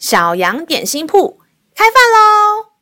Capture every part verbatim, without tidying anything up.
小羊点心铺开饭喽！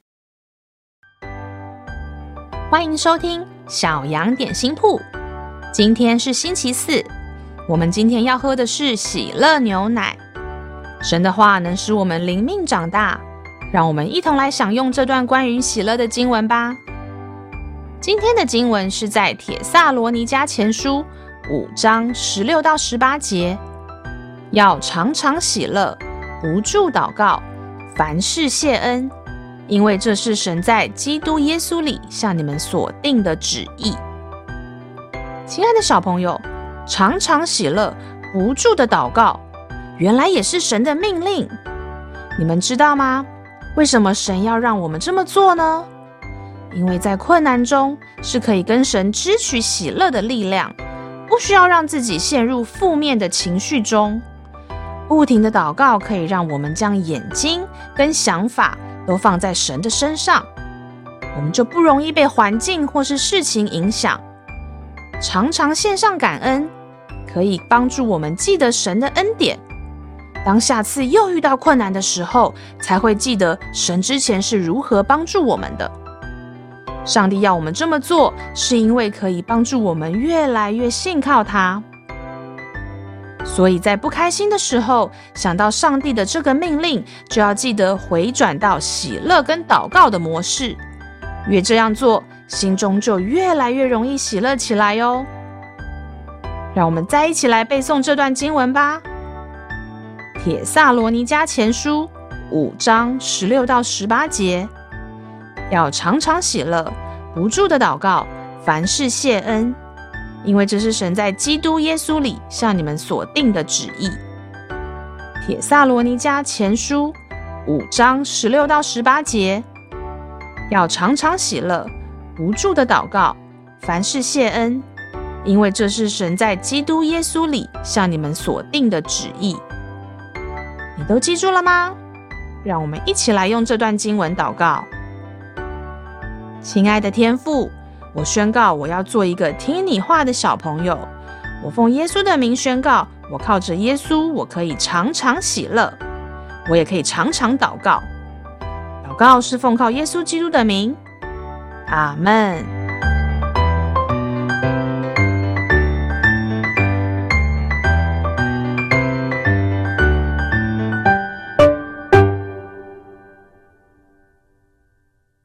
欢迎收听小羊点心铺。今天是星期四，我们今天要喝的是喜乐牛奶。神的话能使我们灵命长大，让我们一同来享用这段关于喜乐的经文吧。今天的经文是在帖撒罗尼迦前书五章十六到十八节，要常常喜乐，不住祷告，凡事谢恩，因为这是神在基督耶稣里向你们所定的旨意。亲爱的小朋友，常常喜乐，不住的祷告，原来也是神的命令。你们知道吗？为什么神要让我们这么做呢？因为在困难中是可以跟神支取喜乐的力量，不需要让自己陷入负面的情绪中。不停的祷告可以让我们将眼睛跟想法都放在神的身上，我们就不容易被环境或是事情影响。常常献上感恩，可以帮助我们记得神的恩典，当下次又遇到困难的时候，才会记得神之前是如何帮助我们的。上帝要我们这么做，是因为可以帮助我们越来越信靠他。所以在不开心的时候，想到上帝的这个命令，就要记得回转到喜乐跟祷告的模式。越这样做，心中就越来越容易喜乐起来哦。让我们再一起来背诵这段经文吧。帖撒罗尼迦前书五章十六到十八节，要常常喜乐，不住的祷告，凡事谢恩，因为这是神在基督耶稣里向你们所定的旨意。帖撒罗尼迦前书五章十六到十八节，要常常喜乐，不住的祷告，凡事谢恩，因为这是神在基督耶稣里向你们所定的旨意。你都记住了吗？让我们一起来用这段经文祷告。亲爱的天父，我宣告我要做一个听你话的小朋友。我奉耶稣的名宣告，我靠着耶稣，我可以常常喜乐，我也可以常常祷告。祷告是奉靠耶稣基督的名，阿们。